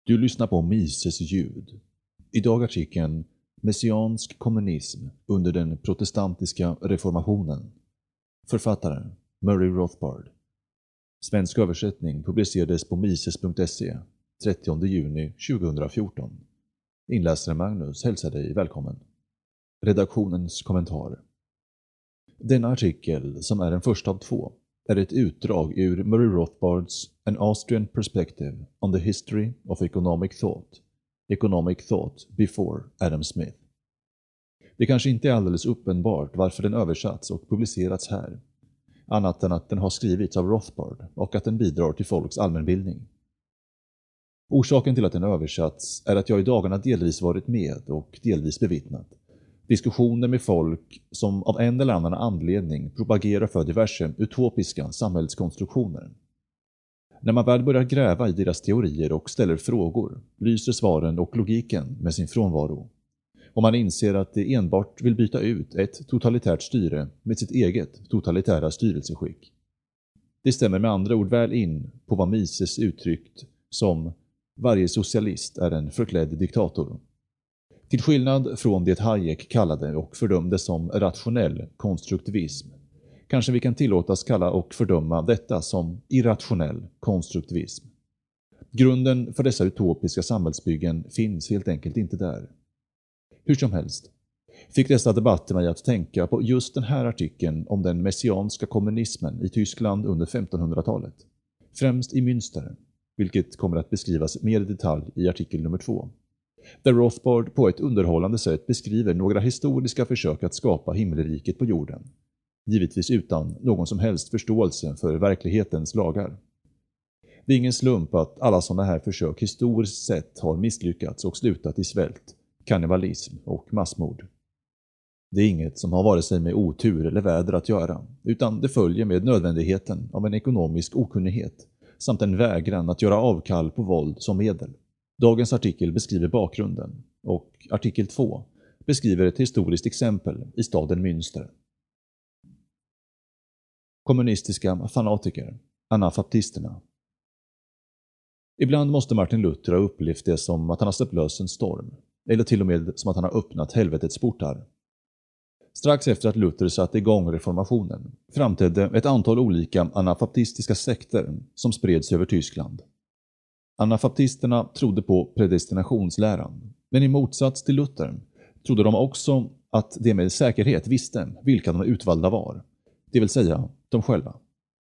Du lyssnar på Mises ljud. Idag artikeln Messiansk kommunism under den protestantiska reformationen. Författare Murray Rothbard. Svensk översättning publicerades på mises.se 30 juni 2014. Inläsare Magnus hälsar dig välkommen. Redaktionens kommentar. Denna artikel, som är den första av två, är ett utdrag ur Murray Rothbards An Austrian Perspective on the History of Economic Thought Before Adam Smith. Det kanske inte är alldeles uppenbart varför den översatts och publicerats här, annat än att den har skrivits av Rothbard och att den bidrar till folks allmänbildning. Orsaken till att den översatts är att jag i dagarna delvis varit med och delvis bevittnat diskussioner med folk som av en eller annan anledning propagerar för diverse utopiska samhällskonstruktioner. När man väl börjar gräva i deras teorier och ställer frågor lyser svaren och logiken med sin frånvaro. Och man inser att det enbart vill byta ut ett totalitärt styre med sitt eget totalitära styrelseskick. Det stämmer med andra ord väl in på vad Mises uttryckt som varje socialist är en förklädd diktator. Till skillnad från det Hayek kallade och fördömde som rationell konstruktivism, kanske vi kan tillåtas kalla och fördöma detta som irrationell konstruktivism. Grunden för dessa utopiska samhällsbyggen finns helt enkelt inte där. Hur som helst fick dessa debatter mig att tänka på just den här artikeln om den messianska kommunismen i Tyskland under 1500-talet, främst i Münster, vilket kommer att beskrivas mer i detalj i artikel nummer 2. Där Rothbard på ett underhållande sätt beskriver några historiska försök att skapa himmelriket på jorden, givetvis utan någon som helst förståelse för verklighetens lagar. Det är ingen slump att alla sådana här försök historiskt sett har misslyckats och slutat i svält, kannibalism och massmord. Det är inget som har vare sig med otur eller väder att göra, utan det följer med nödvändigheten av en ekonomisk okunnighet samt en vägran att göra avkall på våld som medel. Dagens artikel beskriver bakgrunden och artikel 2 beskriver ett historiskt exempel i staden Münster. Kommunistiska fanatiker, anabaptisterna. Ibland måste Martin Luther ha upplevt det som att han har släppt lös en storm, eller till och med som att han har öppnat helvetets portar. Strax efter att Luther satte igång reformationen framträdde ett antal olika anabaptistiska sekter som spreds över Tyskland. Anabaptisterna trodde på predestinationsläran, men i motsats till Luther trodde de också att de med säkerhet visste vilka de utvalda var, det vill säga de själva.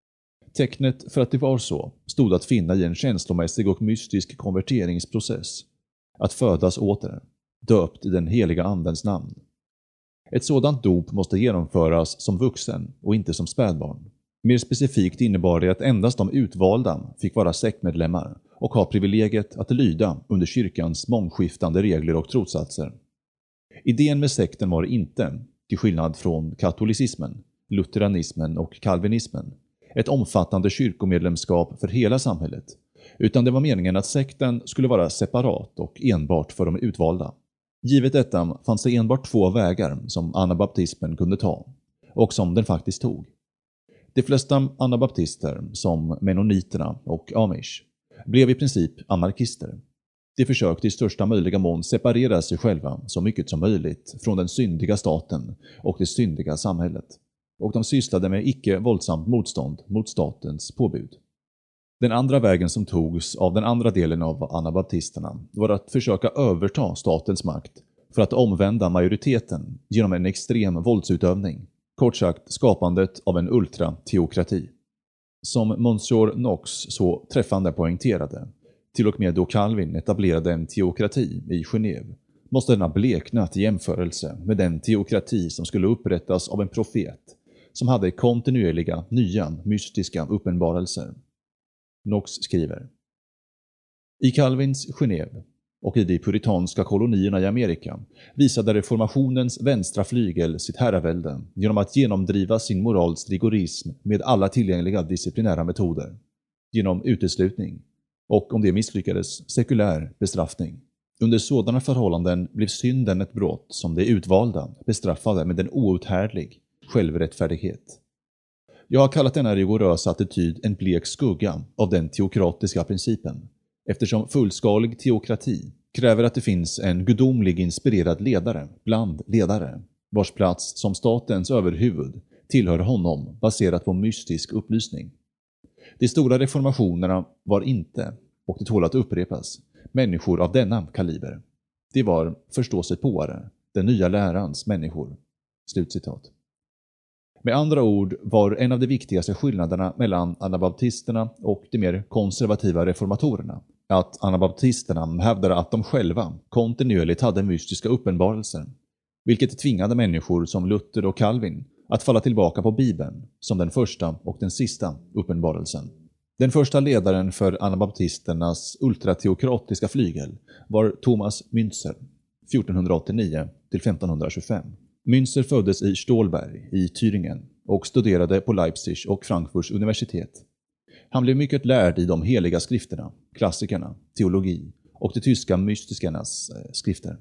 Tecknet för att det var så stod att finna i en känslomässig och mystisk konverteringsprocess, att födas åter, döpt i den heliga andens namn. Ett sådant dop måste genomföras som vuxen och inte som spädbarn. Mer specifikt innebar det att endast de utvalda fick vara sektmedlemmar och ha privilegiet att lyda under kyrkans mångskiftande regler och trossatser. Idén med sekten var inte, till skillnad från katolicismen, lutheranismen och kalvinismen, ett omfattande kyrkomedlemskap för hela samhället, utan det var meningen att sekten skulle vara separat och enbart för de utvalda. Givet detta fanns det enbart två vägar som anabaptismen kunde ta, och som den faktiskt tog. De flesta anabaptister, som mennoniterna och amish, blev i princip anarkister. De försökte i största möjliga mån separera sig själva så mycket som möjligt från den syndiga staten och det syndiga samhället, och de sysslade med icke-våldsamt motstånd mot statens påbud. Den andra vägen som togs av den andra delen av anabaptisterna var att försöka överta statens makt för att omvända majoriteten genom en extrem våldsutövning, kort sagt skapandet av en ultrateokrati. Som Monsieur Knox så träffande poängterade, till och med då Calvin etablerade en teokrati i Genève, måste den ha bleknat i jämförelse med den teokrati som skulle upprättas av en profet som hade kontinuerliga, nya, mystiska uppenbarelser. Knox skriver: I Calvins Genève och i de puritanska kolonierna i Amerika visade reformationens vänstra flygel sitt herravälde genom att genomdriva sin morals rigorism med alla tillgängliga disciplinära metoder, genom uteslutning och, om det misslyckades, sekulär bestraffning. Under sådana förhållanden blev synden ett brott som de utvalda bestraffade med en outhärdlig självrättfärdighet. Jag har kallat denna rigorösa attityd en blek skugga av den teokratiska principen, eftersom fullskalig teokrati kräver att det finns en gudomlig inspirerad ledare bland ledare, vars plats som statens överhuvud tillhör honom baserat på mystisk upplysning. De stora reformationerna var inte, och det tål att upprepas, människor av denna kaliber. Det var förståsigpåare, den nya lärans människor. Slutcitat. Med andra ord var en av de viktigaste skillnaderna mellan anabaptisterna och de mer konservativa reformatorerna att anabaptisterna hävdade att de själva kontinuerligt hade mystiska uppenbarelser, vilket tvingade människor som Luther och Calvin att falla tillbaka på Bibeln som den första och den sista uppenbarelsen. Den första ledaren för anabaptisternas ultrateokratiska flygel var Thomas Müntzer, 1489-1525. Müntzer föddes i Stolberg i Thüringen och studerade på Leipzig och Frankfurts universitet. Han blev mycket lärd i de heliga skrifterna, klassikerna, teologi och de tyska mystiskernas skrifter.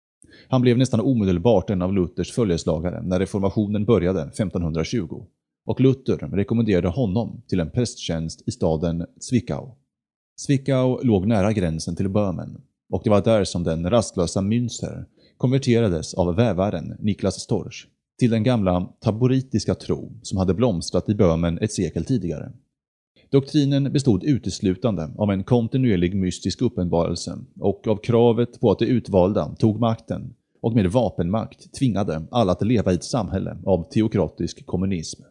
Han blev nästan omedelbart en av Luthers följeslagare när reformationen började 1520, och Luther rekommenderade honom till en prästtjänst i staden Zwickau. Zwickau låg nära gränsen till Böhmen, och det var där som den rastlösa Müntzer konverterades av vävaren Niklas Storch till den gamla taboritiska tro som hade blomstrat i Böhmen ett sekel tidigare. Doktrinen bestod uteslutande av en kontinuerlig mystisk uppenbarelse och av kravet på att de utvalda tog makten och med vapenmakt tvingade alla att leva i ett samhälle av teokratisk kommunism.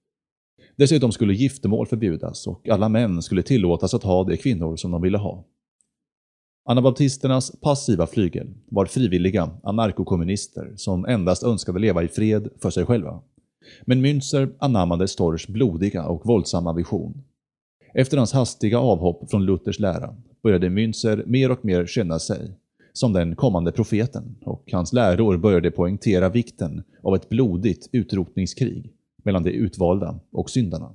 Dessutom skulle giftermål förbjudas och alla män skulle tillåtas att ha de kvinnor som de ville ha. Anabaptisternas passiva flygel var frivilliga anarkokommunister som endast önskade leva i fred för sig själva. Men Müntzer anammade Storchs blodiga och våldsamma vision. Efter hans hastiga avhopp från Luthers lära började Müntzer mer och mer känna sig som den kommande profeten, och hans läror började poängtera vikten av ett blodigt utrotningskrig mellan de utvalda och syndarna.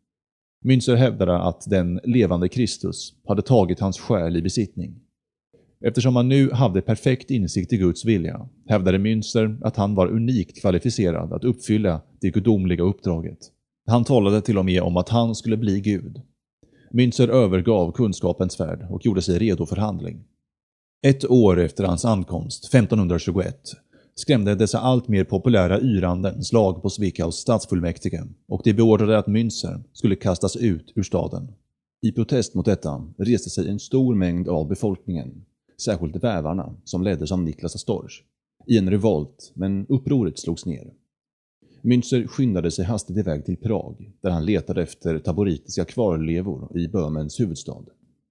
Müntzer hävdade att den levande Kristus hade tagit hans själ i besittning. Eftersom han nu hade perfekt insikt i Guds vilja hävdade Müntzer att han var unikt kvalificerad att uppfylla det gudomliga uppdraget. Han talade till och med om att han skulle bli Gud. Müntzer övergav kunskapens värld och gjorde sig redo för handling. Ett år efter hans ankomst, 1521, skrämde dessa allt mer populära yranden slag på Zwickaus stadsfullmäktige, och de beordrade att Müntzer skulle kastas ut ur staden. I protest mot detta reste sig en stor mängd av befolkningen, särskilt vävarna som leddes av Niklas Storch, i en revolt, men upproret slogs ner. Müntzer skyndade sig hastigt iväg till Prag, där han letade efter taboritiska kvarlevor i Böhmens huvudstad.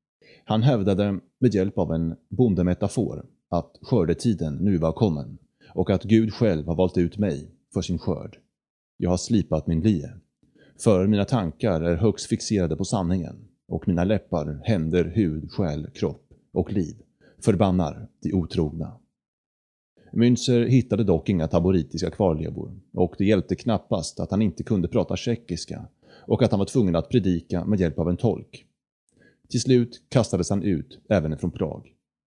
Han hävdade med hjälp av en bondemetafor att skördetiden nu var kommen och att Gud själv har valt ut mig för sin skörd. Jag har slipat min lie, för mina tankar är högst fixerade på sanningen, och mina läppar, händer, hud, själ, kropp och liv förbannar de otrogna. Müntzer hittade dock inga taboritiska kvarlevor, och det hjälpte knappast att han inte kunde prata tjeckiska och att han var tvungen att predika med hjälp av en tolk. Till slut kastades han ut även från Prag.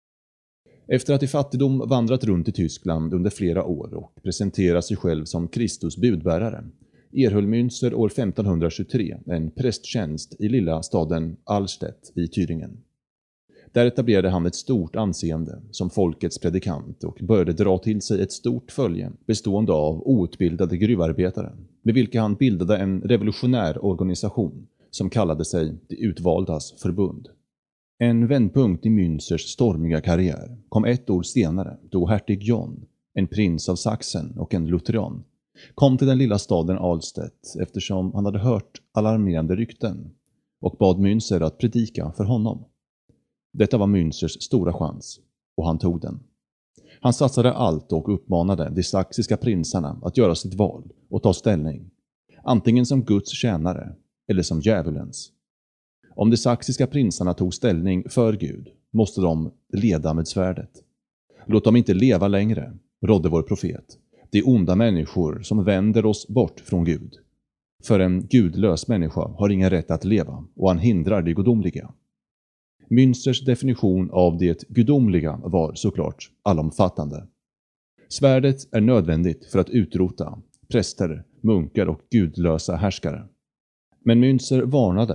Efter att i fattigdom vandrat runt i Tyskland under flera år och presenterat sig själv som Kristus budbärare erhöll Müntzer år 1523 en prästtjänst i lilla staden Allstedt i Thüringen. Där etablerade han ett stort anseende som folkets predikant och började dra till sig ett stort följe bestående av outbildade gruvarbetare, med vilka han bildade en revolutionär organisation som kallade sig De utvaldas förbund. En vändpunkt i Müntzers stormiga karriär kom ett år senare då hertig John, en prins av Sachsen och en lutheran, kom till den lilla staden Allstedt eftersom han hade hört alarmerande rykten och bad Müntzer att predika för honom. Detta var Müntzers stora chans, och han tog den. Han satsade allt och uppmanade de saxiska prinsarna att göra sitt val och ta ställning, antingen som Guds tjänare eller som djävulens. Om de saxiska prinsarna tog ställning för Gud måste de leda med svärdet. Låt dem inte leva längre, rådde vår profet. Det är onda människor som vänder oss bort från Gud. För en gudlös människa har ingen rätt att leva, och han hindrar det gudomliga. Müntzers definition av det gudomliga var såklart allomfattande. Svärdet är nödvändigt för att utrota präster, munkar och gudlösa härskare. Men Müntzer varnade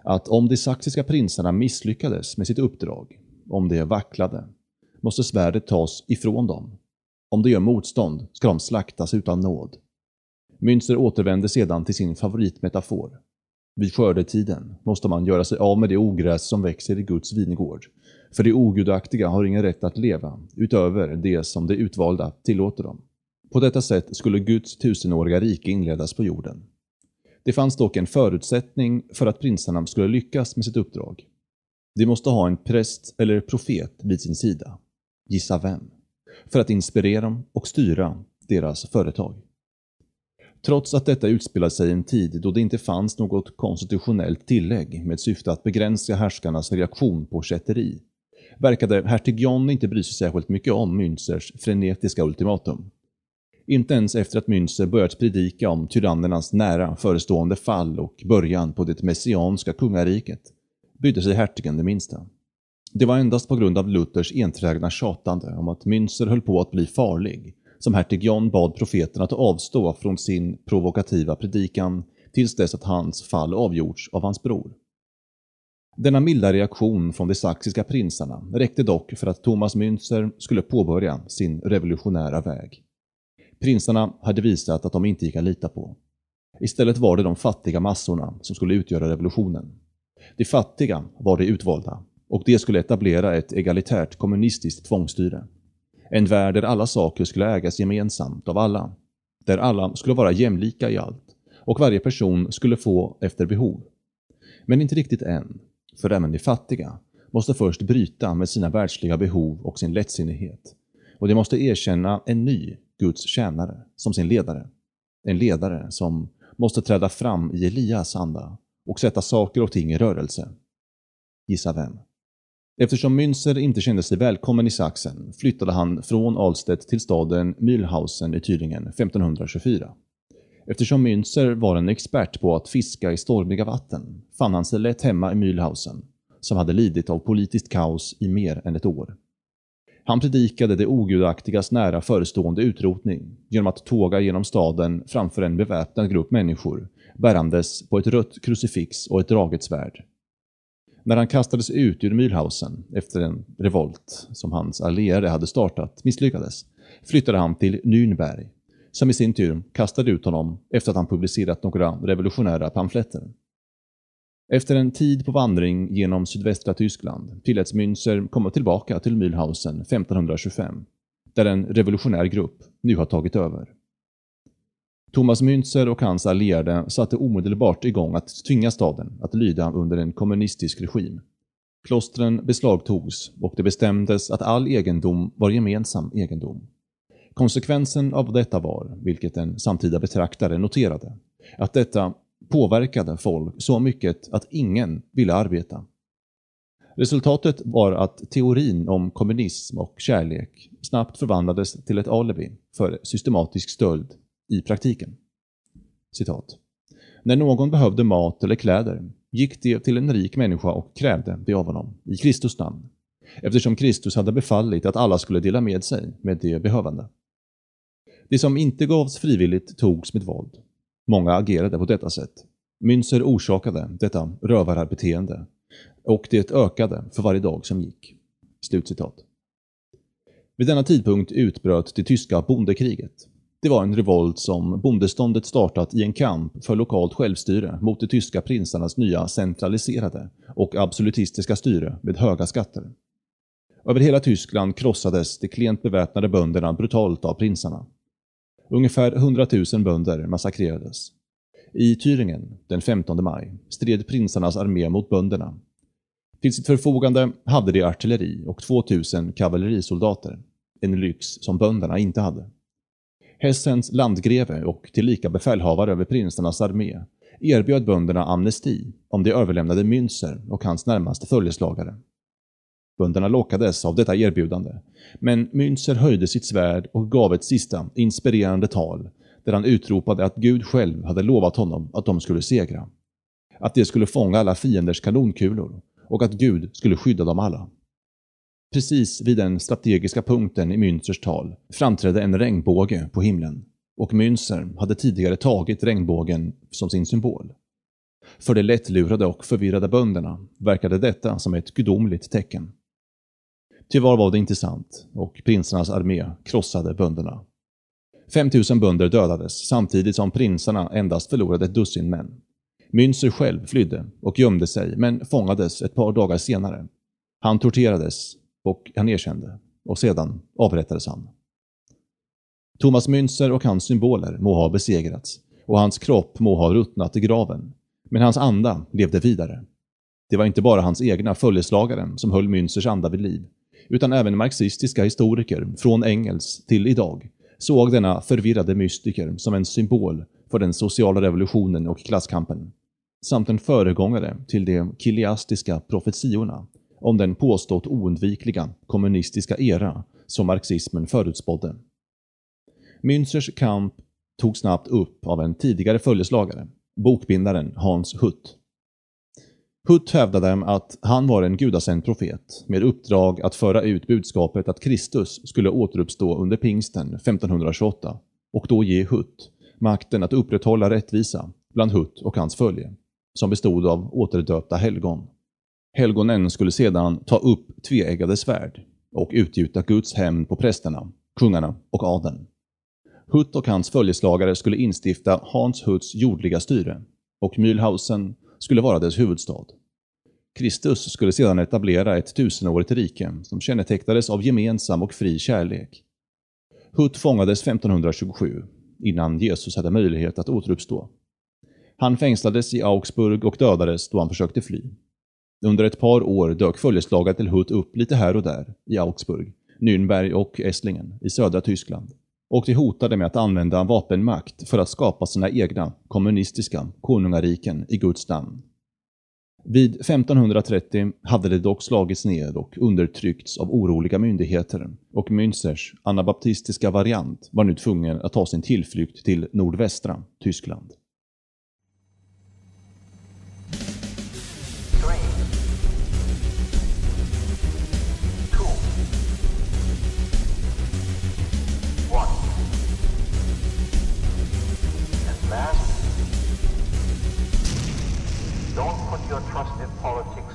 att om de saxiska prinsarna misslyckades med sitt uppdrag, om de vacklade, måste svärdet tas ifrån dem. Om de gör motstånd ska de slaktas utan nåd. Münzer återvände sedan till sin favoritmetafor. Vid skördetiden måste man göra sig av med det ogräs som växer i Guds vingård, för de ogudaktiga har ingen rätt att leva utöver det som de utvalda tillåter dem. På detta sätt skulle Guds tusenåriga rike inledas på jorden. Det fanns dock en förutsättning för att prinsarna skulle lyckas med sitt uppdrag. De måste ha en präst eller profet vid sin sida. Gissa vem? För att inspirera dem och styra deras företag. Trots att detta utspelade sig i en tid då det inte fanns något konstitutionellt tillägg med syfte att begränsa härskarnas reaktion på kätteri, verkade hertig John inte bry sig särskilt mycket om Münzers frenetiska ultimatum. Inte ens efter att Münzer börjat predika om tyrannernas nära förestående fall och början på det messianska kungariket brydde sig hertigen det minsta. Det var endast på grund av Luthers enträgna tjatande om att Münzer höll på att bli farlig som hertig John bad profeten att avstå från sin provokativa predikan tills dess att hans fall avgjorts av hans bror. Denna milda reaktion från de saxiska prinsarna räckte dock för att Thomas Münzer skulle påbörja sin revolutionära väg. Prinsarna hade visat att de inte gick att lita på. Istället var det de fattiga massorna som skulle utgöra revolutionen. De fattiga var de utvalda, och det skulle etablera ett egalitärt kommunistiskt tvångsstyre. En värld där alla saker skulle ägas gemensamt av alla. Där alla skulle vara jämlika i allt, och varje person skulle få efter behov. Men inte riktigt än, för även de fattiga måste först bryta med sina världsliga behov och sin lättsinnighet. Och de måste erkänna en ny Guds tjänare som sin ledare. En ledare som måste träda fram i Elias anda och sätta saker och ting i rörelse. Gissa vem? Eftersom Münzer inte kände sig välkommen i Sachsen flyttade han från Alstedt till staden Mühlhausen i Thüringen 1524. Eftersom Münzer var en expert på att fiska i stormiga vatten fann han sig lätt hemma i Mühlhausen, som hade lidit av politiskt kaos i mer än ett år. Han predikade det ogudaktigas nära förestående utrotning genom att tåga genom staden framför en beväpnad grupp människor bärandes på ett rött krucifix och ett draget svärd. När han kastades ut ur Mühlhausen efter en revolt som hans allierade hade startat misslyckades, flyttade han till Nürnberg, som i sin tur kastade ut honom efter att han publicerat några revolutionära pamfletter. Efter en tid på vandring genom sydvästra Tyskland tilläts Münzer komma tillbaka till Mühlhausen 1525, där en revolutionär grupp nu har tagit över. Thomas Münzer och hans allierade satte omedelbart igång att tvinga staden att lyda under en kommunistisk regim. Klostren beslagtogs och det bestämdes att all egendom var gemensam egendom. Konsekvensen av detta var, vilket en samtida betraktare noterade, att detta påverkade folk så mycket att ingen ville arbeta. Resultatet var att teorin om kommunism och kärlek snabbt förvandlades till ett alibi för systematisk stöld i praktiken. Citat. När någon behövde mat eller kläder gick det till en rik människa och krävde det av honom i Kristus namn, eftersom Kristus hade befallit att alla skulle dela med sig med det behövande. Det som inte gavs frivilligt togs med våld. Många agerade på detta sätt. Münzer orsakade detta rövarbeteende och det ökade för varje dag som gick. Slutcitat. Vid denna tidpunkt utbröt det tyska bondekriget. Det var en revolt som bondeståndet startat i en kamp för lokalt självstyre mot de tyska prinsarnas nya centraliserade och absolutistiska styre med höga skatter. Över hela Tyskland krossades de klent beväpnade bönderna brutalt av prinsarna. Ungefär 100 000 bönder massakrerades. I Thüringen den 15 maj stred prinsarnas armé mot bönderna. Till sitt förfogande hade de artilleri och 2000 kavallerisoldater, en lyx som bönderna inte hade. Hessens landgreve och tillika befälhavare över prinsarnas armé erbjöd bönderna amnesti om de överlämnade Münzer och hans närmaste följeslagare. Bönderna lockades av detta erbjudande, men Münzer höjde sitt svärd och gav ett sista inspirerande tal där han utropade att Gud själv hade lovat honom att de skulle segra. Att de skulle fånga alla fienders kanonkulor och att Gud skulle skydda dem alla. Precis vid den strategiska punkten i Münzers tal framträdde en regnbåge på himlen och Münzer hade tidigare tagit regnbågen som sin symbol. För de lättlurade och förvirrade bönderna verkade detta som ett gudomligt tecken. Tyvärr var det inte sant och prinsarnas armé krossade bönderna. 5000 bönder dödades samtidigt som prinsarna endast förlorade ett dussin män. Münzer själv flydde och gömde sig men fångades ett par dagar senare. Han torterades och han erkände och sedan avrättades han. Thomas Münzer och hans symboler må ha besegrats och hans kropp må ha ruttnat i graven, men hans anda levde vidare. Det var inte bara hans egna följeslagare som höll Münzers anda vid liv, utan även marxistiska historiker från Engels till idag såg denna förvirrade mystiker som en symbol för den sociala revolutionen och klasskampen, samt en föregångare till de kiliastiska profetiorna om den påstått oundvikliga kommunistiska era som marxismen förutspådde. Münzers kamp tog snabbt upp av en tidigare följeslagare, bokbindaren Hans Hut. Hut hävdade att han var en gudasänd profet med uppdrag att föra ut budskapet att Kristus skulle återuppstå under pingsten 1528 och då ge Hut makten att upprätthålla rättvisa bland Hut och hans följe, som bestod av återdöpta helgon. Helgonen skulle sedan ta upp tveeggade svärd och utgjuta Guds hämnd på prästerna, kungarna och adeln. Hut och hans följeslagare skulle instifta Hans Huts jordliga styre och Mühlhausen skulle vara dess huvudstad. Kristus skulle sedan etablera ett 1000-årigt rike som kännetecknades av gemensam och fri kärlek. Hut fångades 1527 innan Jesus hade möjlighet att återuppstå. Han fängslades i Augsburg och dödades då han försökte fly. Under ett par år dök följeslagare till Hut upp lite här och där i Augsburg, Nürnberg och Esslingen i södra Tyskland och de hotade med att använda vapenmakt för att skapa sina egna kommunistiska konungariken i Guds namn. Vid 1530 hade det dock slagits ner och undertryckts av oroliga myndigheter och Münzers anabaptistiska variant var nu tvungen att ta sin tillflykt till nordvästra Tyskland. Don't put your trust in politics